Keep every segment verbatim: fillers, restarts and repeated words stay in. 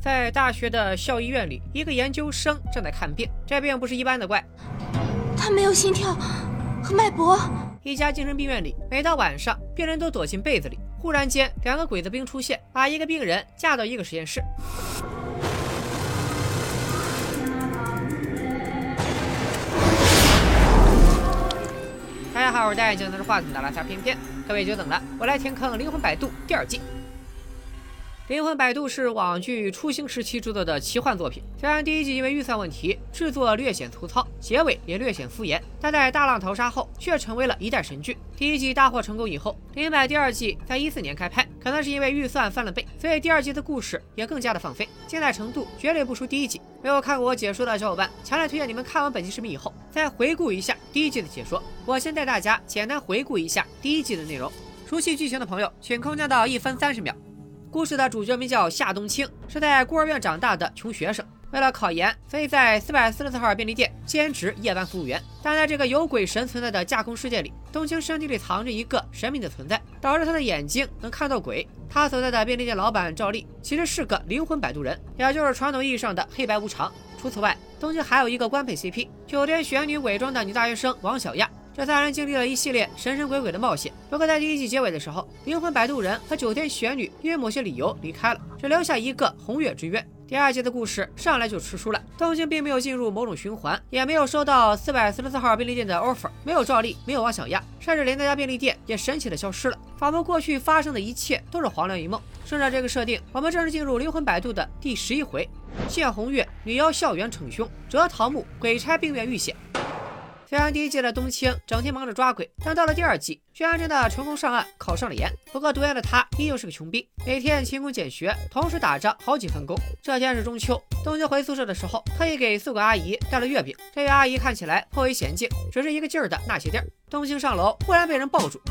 在大学的校医院里，一个研究生正在看病，这并不是一般的怪， 他没有心跳和脉搏。 一家精神病院里，每到晚上，病人都躲进被子里。忽然间，两个鬼子兵出现，把一个病人架到一个实验室。大家好，我是戴眼镜拿着话筒的拉撒片片，各位久等了，我来填坑《灵魂摆渡》第二季。《灵魂摆渡》是网剧初兴时期制作的奇幻作品，虽然第一季因为预算问题，制作略显粗糙，结尾也略显敷衍，但在大浪淘沙后，却成为了一代神剧。第一季大获成功以后，《灵魂摆》第二季在一四年开拍，可能是因为预算翻了倍，所以第二季的故事也更加的放飞，精彩程度绝对不输第一季。没有看过我解说的小伙伴，强烈推荐你们看完本期视频以后，再回顾一下第一季的解说。我先带大家简单回顾一下第一季的内容。熟悉剧情的朋友，请空降到一分三十秒。故事的主角名叫夏冬青，是在孤儿院长大的穷学生。为了考研，所以在四百四十四号便利店兼职夜班服务员。但在这个有鬼神存在的架空世界里，冬青身体里藏着一个神秘的存在，导致他的眼睛能看到鬼。他所在的便利店老板赵丽其实是个灵魂摆渡人，也就是传统意义上的黑白无常。除此外，冬青还有一个官配 C P， 酒店玄女伪装的女大学生王小亚。这三人经历了一系列神神鬼鬼的冒险。不过在第一季结尾的时候，灵魂摆渡人和酒店玄女因为某些理由离开了，只留下一个红月之约。第二季的故事上来就吃书了，冬青并没有进入某种循环，也没有收到四百四十四号便利店的 offer， 没有赵丽，没有王小亚，甚至连那家便利店也神奇的消失了，仿佛过去发生的一切都是黄粱一梦。顺着这个设定，我们正式进入灵魂摆渡的第十一回：谢红月女妖校园逞凶，折桃木鬼差病院遇险。虽然第一季的冬青整天忙着抓鬼，但到了第二季，居然真的成功上岸，考上了研。不过读研的他依旧是个穷逼，每天勤工俭学，同时打着好几份工。这天是中秋，冬青回宿舍的时候，特意给宿管阿姨带了月饼。这位阿姨看起来颇为娴静，只是一个劲儿的纳鞋垫。冬青上楼，忽然被人抱住，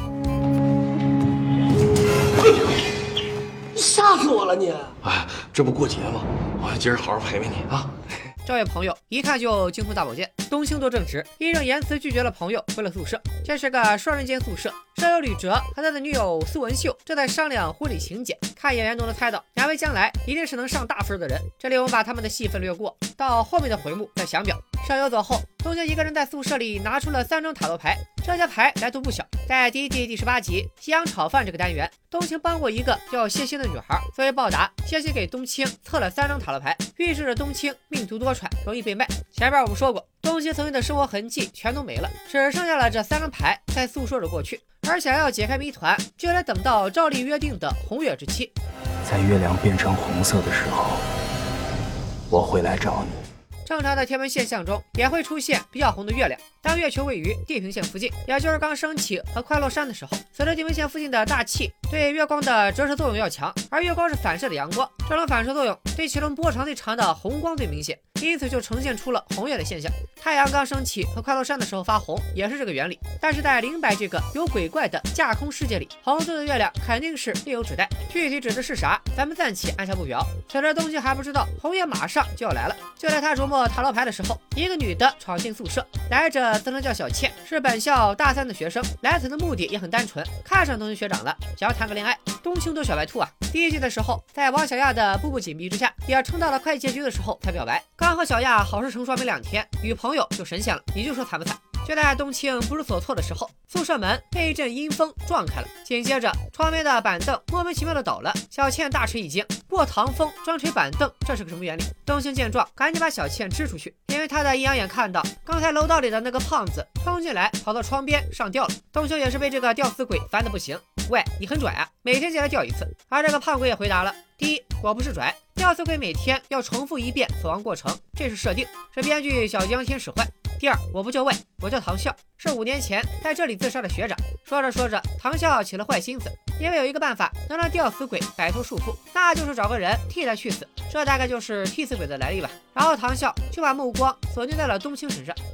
吓死我了你！ 哎，这不过节吗？我今儿好好陪陪你啊。 这位朋友一看就精通大保健，冬青多正直，义正言辞拒绝了朋友回了宿舍。这是个双人间宿舍，舍友吕哲和他的女友苏文秀正在商量婚礼请柬。看演员都能猜到，两位将来一定是能上大分的人。这里我们把他们的戏份略过，到后面的回目再详表。舍友走后，冬青一个人在宿舍里拿出了三张塔罗牌，这些牌来头不小。在第一季第十八集西洋炒饭这个单元，冬青帮过一个叫谢欣的女孩，作为报答，谢欣给冬青测了三张塔罗牌，预示着冬青命途多舛，容易被卖。前面我们说过，冬青曾经的生活痕迹全都没了，只剩下了这三张牌在诉说着过去。而想要解开谜团，就得等到照例约定的红月之期。 在月亮变成红色的时候，我会来找你。 正常的天文现象中也会出现比较红的月亮，当月球位于地平线附近，也就是刚升起和快落山的时候，随着地平线附近的大气对月光的折射作用要强，而月光是反射的阳光，这种反射作用对其中波长最长的红光最明显，因此就呈现出了红月的现象。太阳刚升起和快落山的时候发红也是这个原理，但是在灵摆这个有鬼怪的架空世界里，红色的月亮肯定是另有指代，具体指的是啥咱们暂且按下不表。此时东西还不知道红月马上就要来了，就在他琢磨塔罗牌的时候，一个女的闯进宿舍，来者自称叫小倩，是本校大三的学生，来此的目的也很单纯，看上冬青学长了，想要谈个恋爱。冬青多小白兔啊！第一季的时候，在王小亚的步步紧逼之下，也撑到了快结局的时候才表白。刚和小亚好事成双没两天，女朋友就神仙了，你就说惨不惨？就在冬青不知所措的时候，宿舍门被一阵阴风撞开了，紧接着窗边的板凳莫名其妙的倒了，小倩大吃一惊，过堂风专锤板凳，这是个什么原理？冬青见状，赶紧把小倩支出去，因为他的阴阳眼看到刚才楼道里的那个胖子冲进来，跑到窗边上吊了。冬青也是被这个吊死鬼烦得不行，喂，你很拽啊，每天进来吊一次。而这个胖鬼也回答了，第一，我不是拽，吊死鬼每天要重复一遍死亡过程，这是设定，是编剧小江天使坏。第二，我不叫魏，我叫唐笑，是五年前在这里自杀的学长。说着说着，唐笑起了坏心思，因为有一个办法能让吊死鬼摆脱束缚，那就是找个人替他去死，这大概就是替死鬼的来历吧。然后唐笑就把目光锁定在了冬青身上。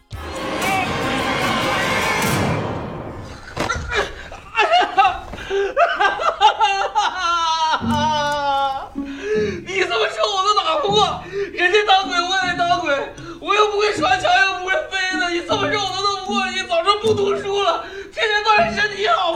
你这么说我都打不过，人家当鬼我也当鬼，我又不会穿墙又不会飞的，你这么说我都弄不过你，早就不读书了，天天锻炼身体好不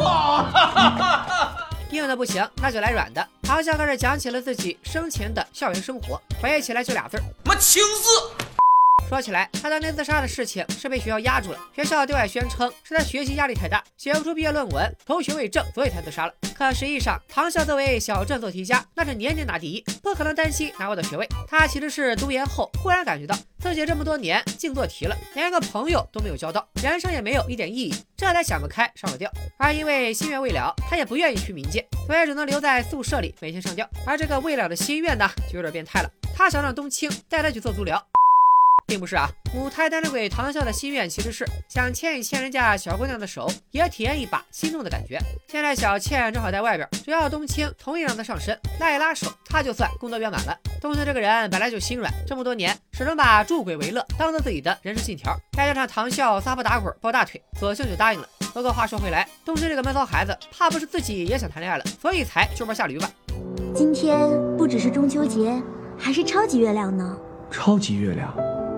好？ 硬的不行，那就来软的。唐笑开始讲起了自己生前的校园生活。 回忆起来就俩字儿： 妈情字。 说起来，他当年自杀的事情是被学校压住了。学校对外宣称是他学习压力太大，写不出毕业论文，头学位证，所以才自杀了。可实际上，唐笑作为小镇做题家，那是年年拿第一，不可能担心拿不到学位。他其实是读研后忽然感觉到自己这么多年净做题了，连个朋友都没有交到，人生也没有一点意义，这才想不开上了吊。而因为心愿未了，他也不愿意去冥界，所以只能留在宿舍里每天上吊。而这个未了的心愿呢，就有点变态了。他想让冬青带他去做足疗。并不是啊，母胎单身鬼唐笑的心愿其实是想牵一牵人家小姑娘的手，也体验一把心动的感觉。现在小倩正好在外边，只要冬青同意让她上身，拉一拉手，他就算功德圆满了。冬青这个人本来就心软，这么多年始终把助鬼为乐当做自己的人生信条，再加上唐笑撒泼打滚抱大腿，索性就答应了。不过话说回来，冬青这个闷骚孩子，怕不是自己也想谈恋爱了，所以才出门下驴吧？ 今天不只是中秋节，还是超级月亮呢。 超级月亮。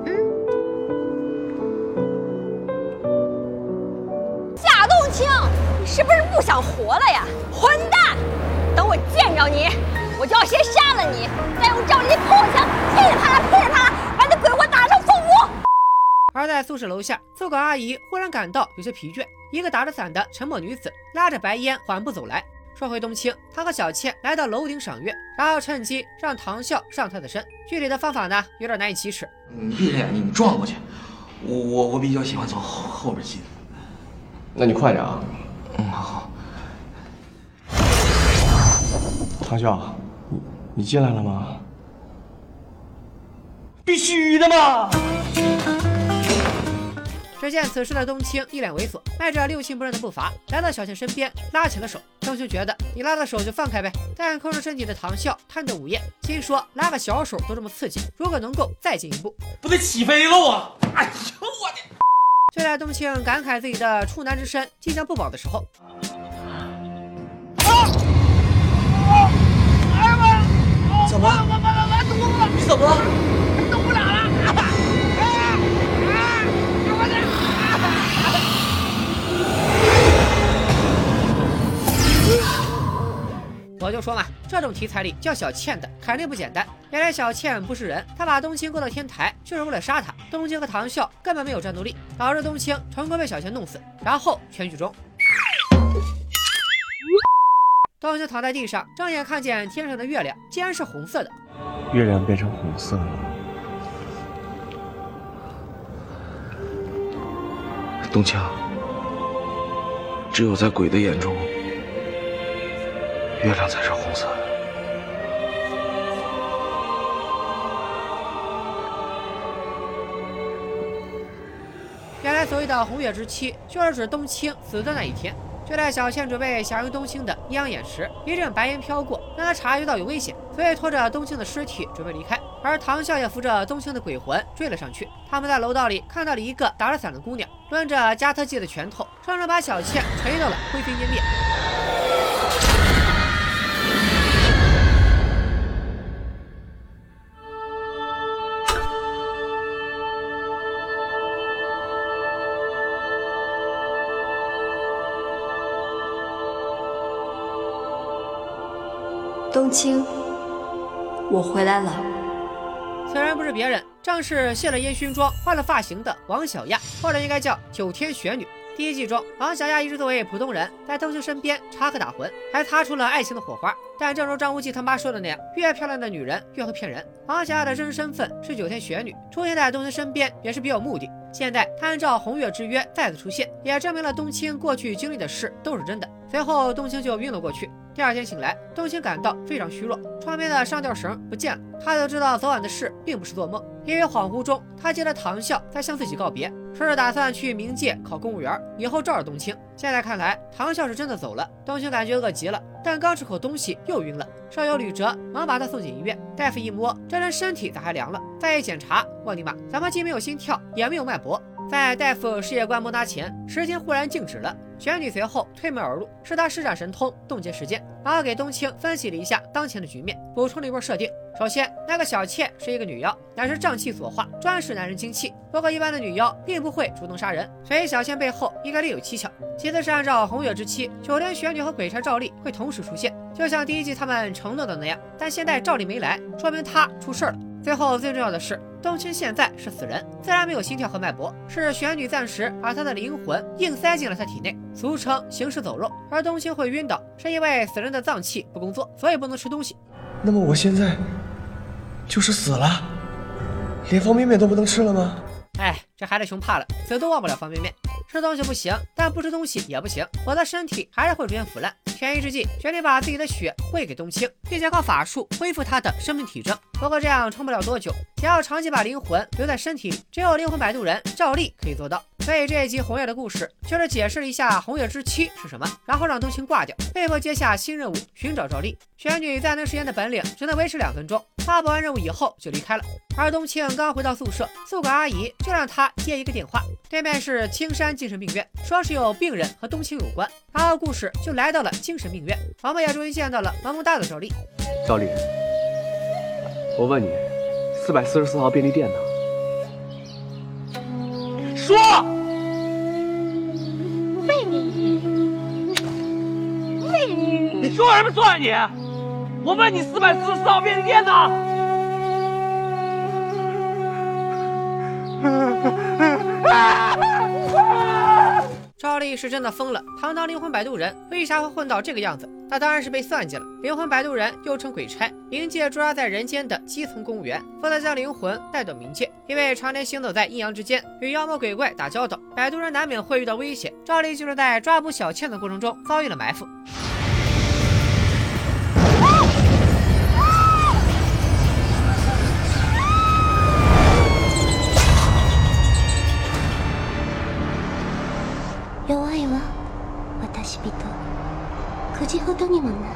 夏冬青，你是不是不想活了呀？混蛋！等我见着你，我就要先杀了你，再用赵丽破墙噼里啪啦噼里啪啦把你的鬼魂打成粉末。 而在宿舍楼下，宿管阿姨忽然感到有些疲倦，一个打着伞的沉默女子拉着白烟缓步走来。说回冬青，他和小倩来到楼顶赏月，然后趁机让唐笑上他的身。具体的方法呢，有点难以启齿。 你闭着眼睛，你撞过去。我我我比较喜欢从后后边进。 那你快点啊！ 嗯，好。 唐笑，你你进来了吗？ 必须的嘛！ 只见此时的冬青一脸猥琐，迈着六亲不认的步伐来到小倩身边，拉起了手。冬青觉得你拉的手就放开呗，但控制身体的唐笑贪得无厌，心说拉个小手都这么刺激，如果能够再进一步， 不得起飞了啊！哎呦我的！ 就在冬青感慨自己的处男之身即将不保的时候， 怎么？你怎么了？动不了了！ 我就说嘛，这种题材里叫小倩的肯定不简单。原来小倩不是人，她把冬青勾到天台就是为了杀他。冬青和唐笑根本没有战斗力，导致冬青成功被小倩弄死。然后全剧终，冬青躺在地上，睁眼看见天上的月亮竟然是红色的。 月亮变成红色了。 冬青，只有在鬼的眼中，月亮才是红色的。 原来所谓的红月之妻，就是指冬青死的那一天。就在小倩准备享用冬青的阴阳眼时，一阵白烟飘过，让她察觉到有危险，所以拖着冬青的尸体准备离开。而唐笑也扶着冬青的鬼魂追了上去。他们在楼道里看到了一个打着伞的姑娘，抡着加特技的拳头，生生把小倩锤到了灰飞烟灭。 冬青，我回来了。 此人不是别人，正是卸了烟熏妆、换了发型的王小亚，或者应该叫九天玄女。第一季中，王小亚一直作为普通人，在冬青身边插科打诨，还擦出了爱情的火花。但正如张无忌他妈说的那样，越漂亮的女人越会骗人。王小亚的真实身份是九天玄女，出现在冬青身边也是别有目的。现在他按照红月之约再次出现，也证明了冬青过去经历的事都是真的。随后，冬青就晕了过去。第二天醒来，冬青感到非常虚弱，窗边的上吊绳不见了。他就知道昨晚的事并不是做梦，因为恍惚中他记得唐笑在向自己告别，说是打算去冥界考公务员，以后罩着冬青。现在看来，唐笑是真的走了。冬青感觉饿极了，但刚吃口东西又晕了。舍友吕哲忙把他送进医院，大夫一摸，这人身体咋还凉了？再一检查，我的妈，怎么既没有心跳，也没有脉搏？在大夫事业观摩他前，时间忽然静止了。玄女随后推门而入，是他施展神通冻结时间，然后给冬青分析了一下当前的局面，补充了一波设定。首先，那个小妾是一个女妖，乃是瘴气所化，专食男人精气。不过一般的女妖并不会主动杀人，所以小倩背后应该另有蹊跷。其次是按照红月之期，九天玄女和鬼差赵丽会同时出现，就像第一季他们承诺的那样。但现在赵丽没来，说明她出事了。 最后最重要的是，冬青现在是死人，自然没有心跳和脉搏，是玄女暂时把他的灵魂硬塞进了他体内，俗称行尸走肉。而冬青会晕倒，是因为死人的脏器不工作，所以不能吃东西。 那么我现在就是死了，连方便面都不能吃了吗？ 哎，这孩子熊怕了，死都忘不了方便面。吃东西不行，但不吃东西也不行，我的身体还是会逐渐腐烂。权宜之计，决定把自己的血喂给冬青，并且靠法术恢复他的生命体征。不过这样撑不了多久，想要长期把灵魂留在身体里，只有灵魂摆渡人赵丽可以做到。所以这一集红叶的故事就是解释了一下红叶之妻是什么，然后让冬青挂掉，被迫接下新任务，寻找赵丽。玄女暂能实验的本领只能维持两分钟，发布完任务以后就离开了。而冬青刚回到宿舍，宿管阿姨就让他接一个电话，对面是青山精神病院，说是有病人和冬青有关，然后故事就来到了精神病院。我们也终于见到了萌萌哒的赵丽。 赵丽，我问你，四百四十四号便利店呢？ 说， 喂你，喂你， 你说什么算你？我问你，四百四十四号便利店呢？ 赵丽是真的疯了，堂堂灵魂摆渡人为啥会混到这个样子？那当然是被算计了。灵魂摆渡人又称鬼差，冥界驻扎在人间的基层公务员，负责将灵魂带到冥界。因为常年行走在阴阳之间，与妖魔鬼怪打交道，摆渡人难免会遇到危险。赵丽就是在抓捕小倩的过程中遭遇了埋伏。 弱いわ、私人。くじほどにもない。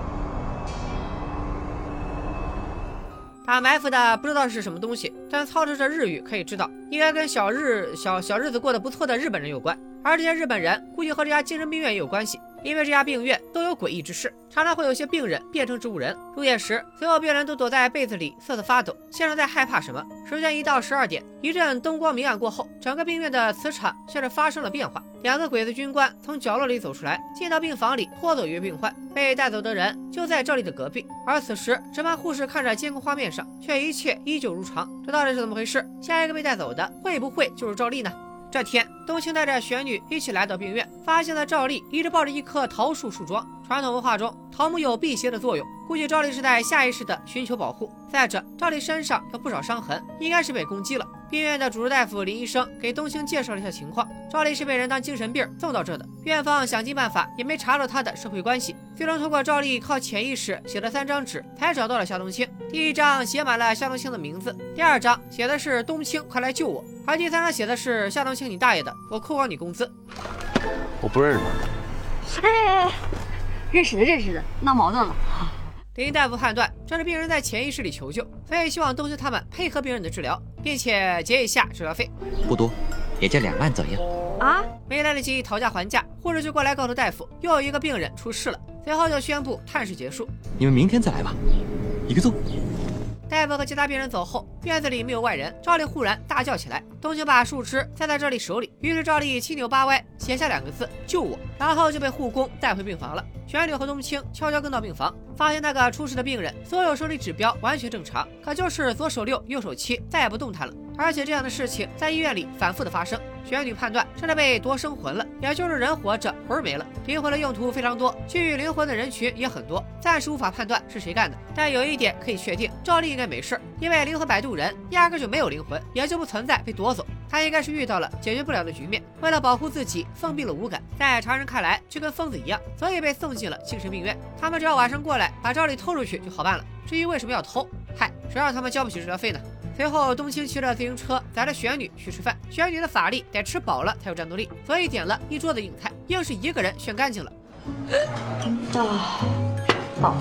打埋伏的不知道是什么东西，但操着这日语可以知道，应该跟小日小小日子过得不错的日本人有关。而这些日本人估计和这家精神病院也有关系，因为这家病院都有诡异之事，常常会有些病人变成植物人。入夜时，所有病人都躲在被子里瑟瑟发抖，现场在害怕什么。时间一到十二点，一阵灯光明暗过后，整个病院的磁场像是发生了变化。两个鬼子军官从角落里走出来，进到病房里拖走一位病患。被带走的人就在赵丽的隔壁，而此时值班护士看着监控画面上，却一切依旧如常。这到底是怎么回事？下一个被带走的会不会就是赵丽呢？这天，冬青带着玄女一起来到病院，发现了赵丽一直抱着一棵桃树树桩。传统文化中，桃木有辟邪的作用，估计赵丽是在下意识地寻求保护。再者，赵丽身上有不少伤痕，应该是被攻击了。病院的主治大夫林医生给冬青介绍了一下情况，赵丽是被人当精神病送到这的，院方想尽办法也没查到她的社会关系，最终通过赵丽靠潜意识写了三张纸，才找到了夏冬青。第一张写满了夏冬青的名字，第二张写的是冬青快来救我，而第三张写的是夏冬青你大爷的，我扣光你工资。 我不认识他。 哎，认识的认识的，闹矛盾了。 林大夫判断这是病人在潜意识里求救，所以希望冬青他们配合病人的治疗，并且结一下治疗费， 不多，也就两万左右。 啊！ 没来得及讨价还价，护士就过来告诉大夫，又有一个病人出事了。随后就宣布探视结束。 你们明天再来吧，一个字。 大夫和其他病人走后，院子里没有外人。赵丽忽然大叫起来，冬青把树枝塞在赵丽手里，于是赵丽七扭八歪写下两个字救我，然后就被护工带回病房了。玄女和冬青悄悄跟到病房，发现那个出事的病人所有生理指标完全正常，可就是左手六右手七再也不动弹了，而且这样的事情在医院里反复的发生。玄女判断这是被夺生魂了，也就是人活着魂没了。灵魂的用途非常多，去与灵魂的人群也很多，暂时无法判断是谁干的，但有一点可以确定，赵丽应该没事，因为灵魂摆渡人压根就没有灵魂，也就不存在被夺走。他应该是遇到了解决不了的局面，为了保护自己封闭了五感，在常人看来就跟疯子一样，所以被送进了精神病院。他们只要晚上过来把赵丽偷出去就好办了，至于为什么要偷，嗨，谁让他们交不起治疗费呢？随后，冬青骑着自行车载着玄女去吃饭。玄女的法力得吃饱了才有战斗力，所以点了一桌子硬菜，硬是一个人炫干净了。 啊，饱。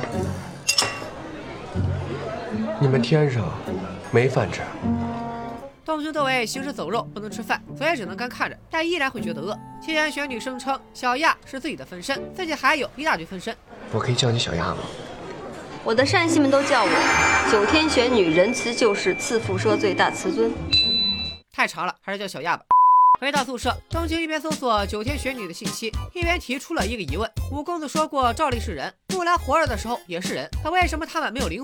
你们天上没饭吃？ 冬青作为行尸走肉不能吃饭，所以只能干看着，但依然会觉得饿。期间，玄女声称小亚是自己的分身，自己还有一大堆分身。 我可以叫你小亚吗？ 我的善信们都叫我九天玄女，仁慈救世，次辐射最大慈尊。 太长了，还是叫小亚吧。回到宿舍，冬青一边搜索九天玄女的信息，一边提出了一个疑问：五公子说过赵丽是人，木兰活着的时候也是人，可为什么他们没有灵魂？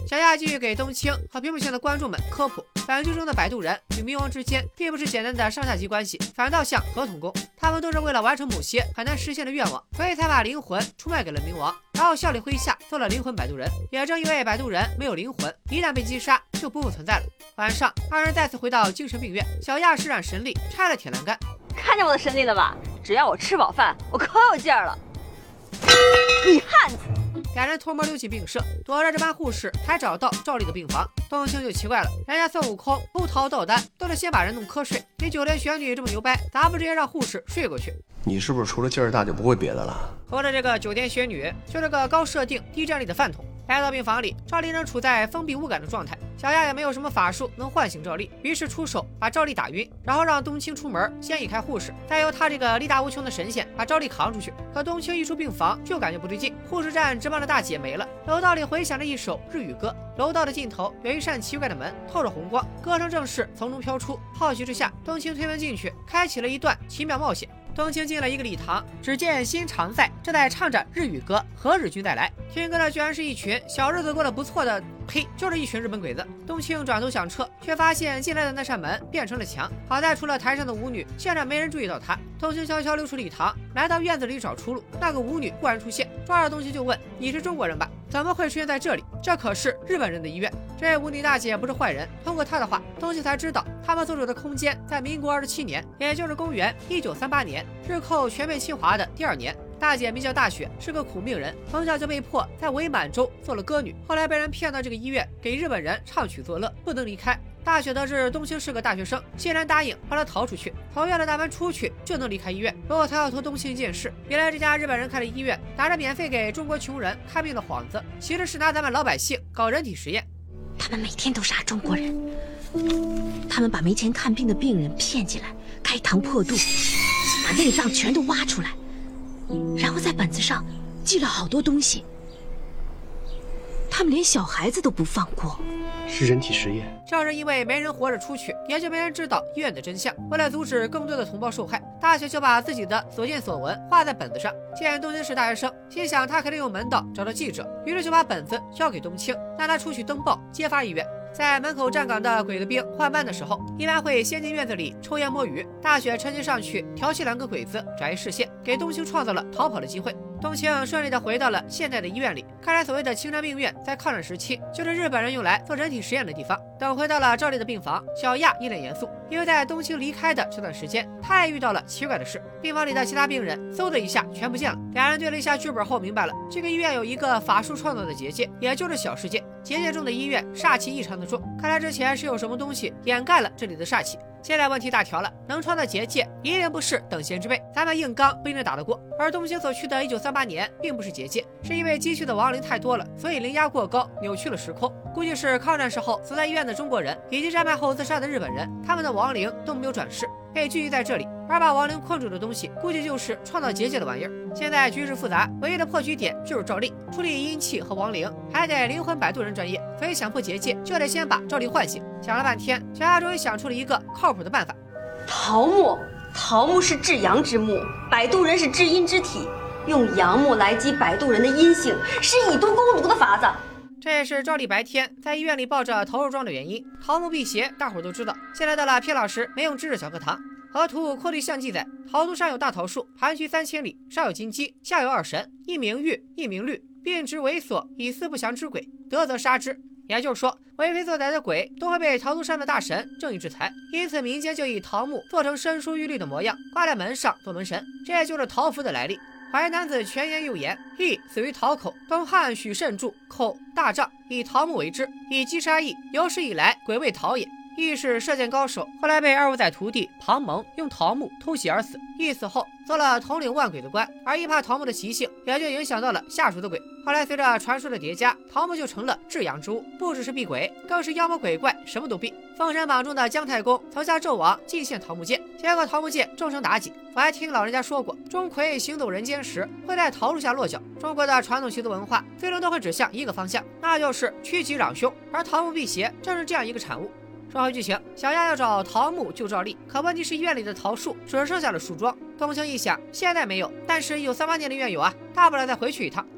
小亚继续给冬青和屏幕前的观众们科普，本剧中的摆渡人与冥王之间并不是简单的上下级关系，反倒像合同工，他们都是为了完成某些很难实现的愿望，所以才把灵魂出卖给了冥王，然后效力麾下做了灵魂摆渡人。也正因为摆渡人没有灵魂，一旦被击杀就不复存在了。晚上，二人再次回到精神病院，小亚施展神力拆了铁栏杆。 看见我的神力了吧？只要我吃饱饭，我可有劲儿了。女汉子！ 两人偷摸溜进病舍，躲着这班护士才找到赵丽的病房。冬青就奇怪了，人家孙悟空偷桃斗丹都是先把人弄瞌睡，你九天玄女这么牛掰，咋不直接让护士睡过去？ 你是不是除了劲儿大就不会别的了？ 合着这个九天玄女就是个高设定低战力的饭桶。来到病房里，赵丽仍处在封闭无感的状态，小亚也没有什么法术能唤醒赵丽，于是出手把赵丽打晕，然后让冬青出门，先移开护士，再由他这个力大无穷的神仙把赵丽扛出去。可冬青一出病房就感觉不对劲，护士站值班的大姐没了，楼道里回响着一首日语歌，楼道的尽头有一扇奇怪的门，透着红光，歌声正是从中飘出。好奇之下，冬青推门进去，开启了一段奇妙冒险。冬青进了一个礼堂，只见新常在正在唱着日语歌，何日君再来。听歌的居然是一群小日子过得不错的，呸，就是一群日本鬼子。冬青转头想撤，却发现进来的那扇门变成了墙。好在除了台上的舞女，现场没人注意到他。冬青悄悄溜出礼堂，来到院子里找出路。那个舞女忽然出现，抓着冬青就问：“你是中国人吧？怎么会出现在这里？这可是日本人的医院。”这舞女大姐不是坏人，通过她的话，冬青才知道他们所处的空间在民国二十七年，也就是公元一九三八年，日寇全面侵华的第二年。大姐名叫大雪，是个苦命人，从小就被迫在伪满洲做了歌女，后来被人骗到这个医院给日本人唱曲作乐，不能离开。大雪得知冬青是个大学生，欣然答应帮他逃出去，从院的大门出去就能离开医院。不过他要托冬青一件事，原来这家日本人开的医院打着免费给中国穷人看病的幌子，其实是拿咱们老百姓搞人体实验。 他们每天都杀中国人，他们把没钱看病的病人骗进来，开膛破肚，把内脏全都挖出来，然后在本子上记了好多东西。他们连小孩子都不放过。 是人体实验。 正是因为没人活着出去，也就没人知道医院的真相。为了阻止更多的同胞受害，大雪就把自己的所见所闻画在本子上。见冬青是大学生，心想他肯定用门道找到记者，于是就把本子交给冬青，让他出去登报揭发医院。在门口站岗的鬼子兵换班的时候，一般会先进院子里抽烟摸鱼。大雪趁机上去调戏两个鬼子，转移视线，给冬青创造了逃跑的机会。冬青顺利的回到了现在的医院里。看来所谓的青山病院在抗战时期就是日本人用来做人体实验的地方。等回到了赵丽的病房，小亚一脸严肃，因为在冬青离开的这段时间，他也遇到了奇怪的事。病房里的其他病人嗖的一下全不见了。两人对了一下剧本后明白了，这个医院有一个法术创造的结界，也就是小世界。结界中的医院煞气异常的重，看来之前是有什么东西掩盖了这里的煞气。现在问题大条了，能创造结界一定不是等闲之辈，咱们硬刚不一定打得过。而冬青所去的一九三八年并不是结界，是因为积蓄的亡灵太多了，所以灵压过高，扭曲了时空。估计是抗战时候死在医院的中国人，以及战败后自杀的日本人，他们的亡灵都没有转世，被聚集在这里。而把亡灵困住的东西，估计就是创造结界的玩意儿。现在局势复杂，唯一的破局点就是赵丽。处理阴气和亡灵，还得灵魂摆渡人专业，所以想破结界，就得先把赵丽唤醒。想了半天，小亚终于想出了一个靠谱的办法。 桃木，桃木是至阳之木，摆渡人是至阴之体，用阳木来激摆渡人的阴性，是以毒攻毒的法子。 这也是赵丽白天在医院里抱着桃肉装的原因。桃木辟邪，大伙都知道。现在到了瞥老师没用知识小课堂。河图阔地象记载，桃图上有大桃树，盘曲三千里，上有金鸡，下有二神，一名玉，一名律，并执猥琐以四不祥之鬼，得则杀之。也就是说，为非作歹的鬼都会被桃图山的大神正义制裁，因此民间就以桃木做成生疏玉律的模样，挂在门上做门神，这就是桃符的来历。淮南子全言又言，羿死于桃口，东汉许慎注口大丈，以桃木为之，以击杀羿，有史以来鬼为桃也。羿是射箭高手，后来被二五仔徒弟庞蒙用桃木偷袭而死。羿死后做了统领万鬼的官，而一怕桃木的习性，也就影响到了下属的鬼。后来随着传说的叠加，桃木就成了至阳之物，不只是避鬼，更是妖魔鬼怪什么都避。封神榜中的姜太公曾向纣王进献桃木剑，结果桃木剑终成妲己。我还听老人家说过，钟馗行走人间时会在桃树下落脚。中国的传统习俗文化最终都会指向一个方向，那就是趋吉攘凶，而桃木辟邪正是这样一个产物。说回剧情，小亚要找桃木救赵丽，可问题是医院里的桃树只剩下了树桩。冬青一想，现在没有，但是一九三八年的医院有啊，大不了再回去一趟。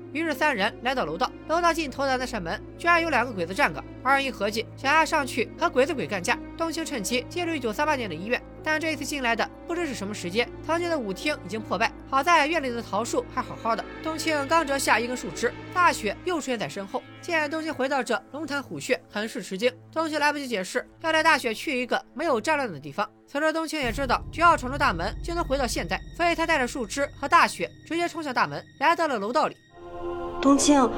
于是三人来到楼道，楼道尽头的那扇门居然有两个鬼子站岗。二人一合计，小亚上去和鬼子鬼干架。冬青趁机进入一九三八年的医院，但这一次进来的不知是什么时间，曾经的舞厅已经破败。好在院里的桃树还好好的。冬青刚折下一根树枝，大雪又出现在身后。见冬青回到这龙潭虎穴，很是吃惊。冬青来不及解释，要带大雪去一个没有战乱的地方。此时冬青也知道，只要闯出大门就能回到现代，所以他带着树枝和大雪直接冲向大门，来到了楼道里。 冬青，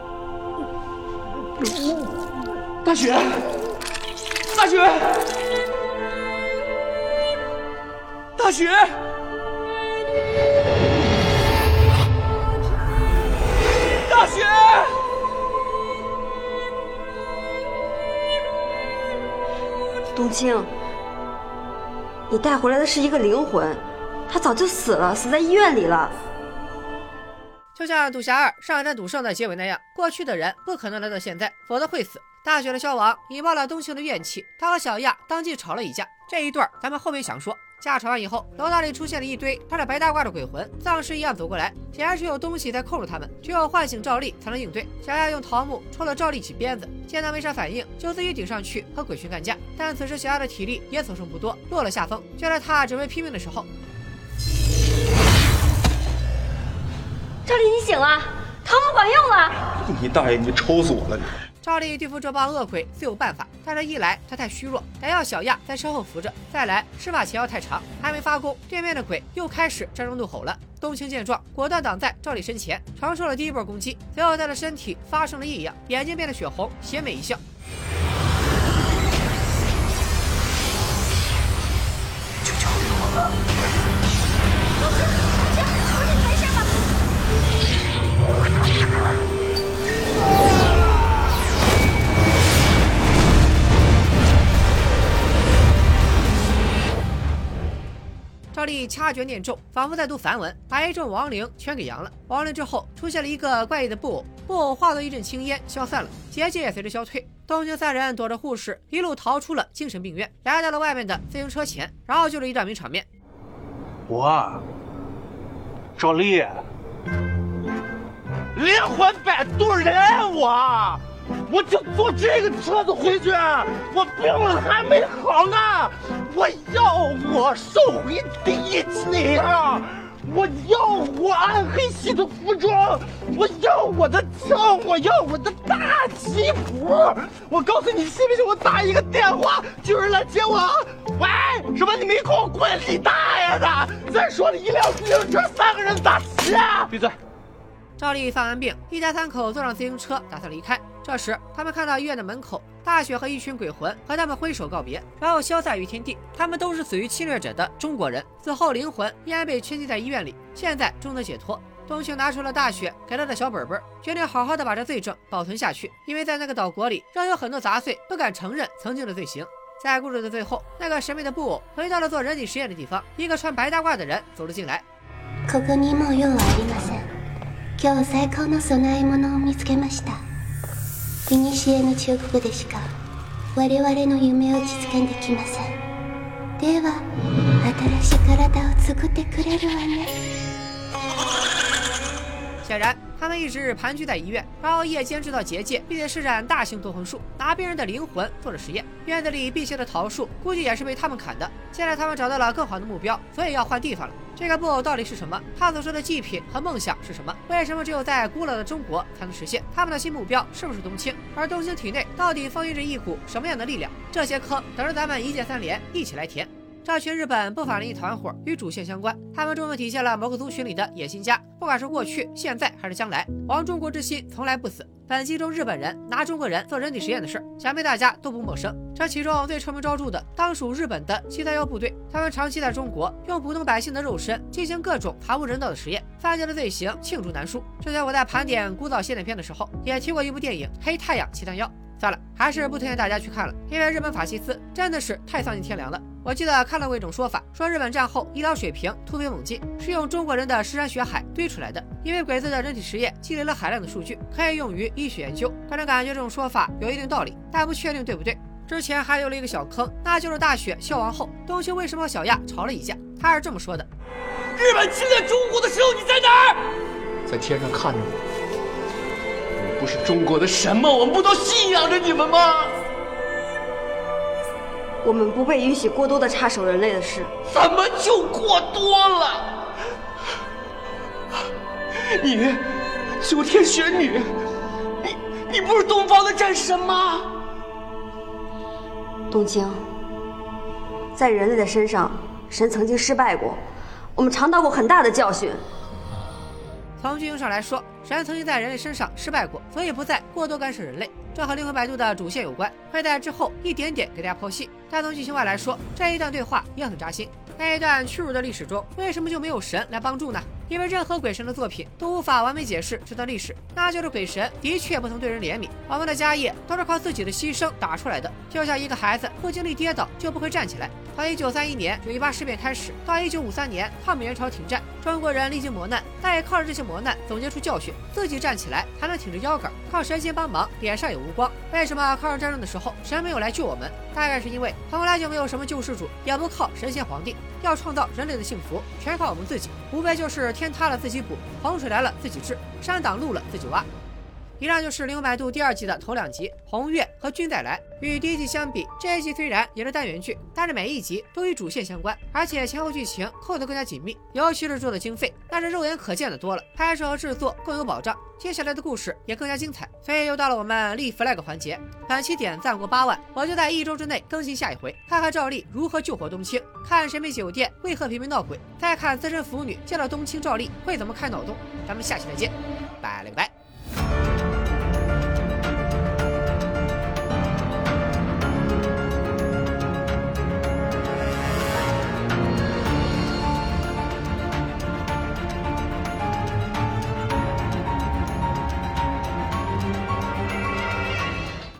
大雪，大雪，大雪，大雪。 冬青，你带回来的是一个灵魂，他早就死了，死在医院里了。 就像赌侠二上一站赌圣的结尾那样，过去的人不可能来到现在，否则会死。大雪的消亡引爆了冬青的怨气，他和小亚当即吵了一架。这一段咱们后面想说。架吵完以后，楼道里出现了一堆穿着白大褂的鬼魂，丧尸一样走过来，显然是有东西在控制他们，只有唤醒赵丽才能应对。小亚用桃木抽了赵丽起鞭子，见他没啥反应，就自己顶上去和鬼群干架。但此时小亚的体力也所剩不多，落了下风。就在他准备拼命的时候， 赵丽，你醒了，桃木管用了。 你大爷，你抽死我了你！ 赵丽对付这帮恶鬼自有办法，但是一来他太虚弱，得要小亚在身后扶着；再来施法前要太长，还没发功，对面的鬼又开始战争怒吼了。冬青见状，果断挡在赵丽身前，承受了第一波攻击。随后他的身体发生了异样，眼睛变得血红，邪魅一笑。 就交给我了。 冬青，冬青，你没事吧？赵丽掐诀念咒，仿佛在读梵文，把一众亡灵全给扬了。亡灵之后出现了一个怪异的布偶，布偶化作一阵青烟消散了，结界也随之消退。东京三人躲着护士，一路逃出了精神病院，来到了外面的自行车前，然后就是一段名场面。 我，赵丽，灵魂摆渡人我。我就坐这个车子回去，我病了还没好呢。我要我收回第一期啊！我要我暗黑系的服装，我要我的枪，我要我的大旗谱。我告诉你，信不信我打一个电话就有人来接我？喂，什么你没空滚你大爷的！再说了，一辆自行车三个人咋骑啊？闭嘴！ 赵丽犯完病，一家三口坐上自行车打算离开。这时他们看到医院的门口，大雪和一群鬼魂和他们挥手告别，然后消散于天地。他们都是死于侵略者的中国人，死后灵魂依然被圈禁在医院里，现在终得解脱。冬青拿出了大雪给他的小本本，决定好好的把这罪证保存下去，因为在那个岛国里仍有很多杂碎不敢承认曾经的罪行。在故事的最后，那个神秘的布偶回到了做人体实验的地方，一个穿白大褂的人走了进来。 ここにも用はありません。今日最高の供え物を見つけました。古の彫刻でしか我々の夢を実現できません。では新しい体を作ってくれるわね。 显然他们一直盘踞在医院，然后夜间制造结界，并且施展大型夺魂术，拿病人的灵魂做了实验。院子里辟邪的桃树估计也是被他们砍的。现在他们找到了更好的目标，所以要换地方了。这个布偶到底是什么？他所说的祭品和梦想是什么？为什么只有在古老的中国才能实现？他们的新目标是不是冬青？而冬青体内到底封印着一股什么样的力量？这些坑等着咱们一键三连一起来填。这群日本不法灵异团伙与主线相关，他们终于体现了某个族群里的野心家，不管是过去、现在还是将来，亡中国之心从来不死。本集中日本人拿中国人做人体实验的事，想必大家都不陌生。这其中最臭名昭著的，当属日本的七三一部队，他们长期在中国用普通百姓的肉身进行各种惨无人道的实验，犯下的罪行罄竹难书。之前我在盘点古早现代片的时候，也提过一部电影《黑太阳七三幺》。算了，还是不推荐大家去看了，因为日本法西斯真的是太丧尽天良了。我记得看到过一种说法，说日本战后医疗水平突飞猛进，是用中国人的尸山血海堆出来的。因为鬼子的人体实验积累了海量的数据，可以用于医学研究。个人感觉这种说法有一定道理，但不确定对不对。之前还留了一个小坑，那就是大雪消亡后，冬青为什么和小亚吵了一架？他是这么说的： 日本侵略中国的时候你在哪儿？ 在天上看着我。 不是中国的神吗？我们不都信仰着你们吗？ 我们不被允许过多的插手人类的事。 怎么就过多了？你九天玄女，你你不是东方的战神吗？ 冬青，在人类的身上，神曾经失败过，我们尝到过很大的教训。 从剧情上来说，神曾经在人类身上失败过，所以不再过多干涉人类，这和灵魂摆渡的主线有关，会在之后一点点给大家剖析。但从剧情外来说，这一段对话也很扎心。在一段屈辱的历史中，为什么就没有神来帮助呢？因为任何鬼神的作品都无法完美解释这段历史，那就是鬼神的确不曾对人怜悯，我们的家业都是靠自己的牺牲打出来的。就像一个孩子不经历跌倒就不会站起来。从一九三一年九一八事变开始，到一九五三年抗美援朝停战，中国人历经磨难，但也靠着这些磨难总结出教训，自己站起来还能挺着腰杆，靠神仙帮忙，脸上有无光。为什么抗日战争的时候神没有来救我们？大概是因为从来就没有什么救世主，也不靠神仙皇帝，要创造人类的幸福全靠我们自己，无非就是天塌了自己补，洪水来了自己治，山挡路了自己挖。以上就是《灵魂摆渡》第二季的头两集《红月》和《君再来》。与第一季相比，这一季虽然也是单元剧，但是每一集都与主线相关，而且前后剧情扣得更加紧密。尤其是做的经费，那是肉眼可见的多了，拍摄和制作更有保障，接下来的故事也更加精彩。所以又到了我们立 flag 环节，本期点赞过八万，我就在一周之内更新下一回，看看赵丽如何救活冬青，看神秘酒店为何频频闹鬼，再看资深腐女见到冬青赵丽会怎么开脑洞。咱们下期再见，拜了个拜。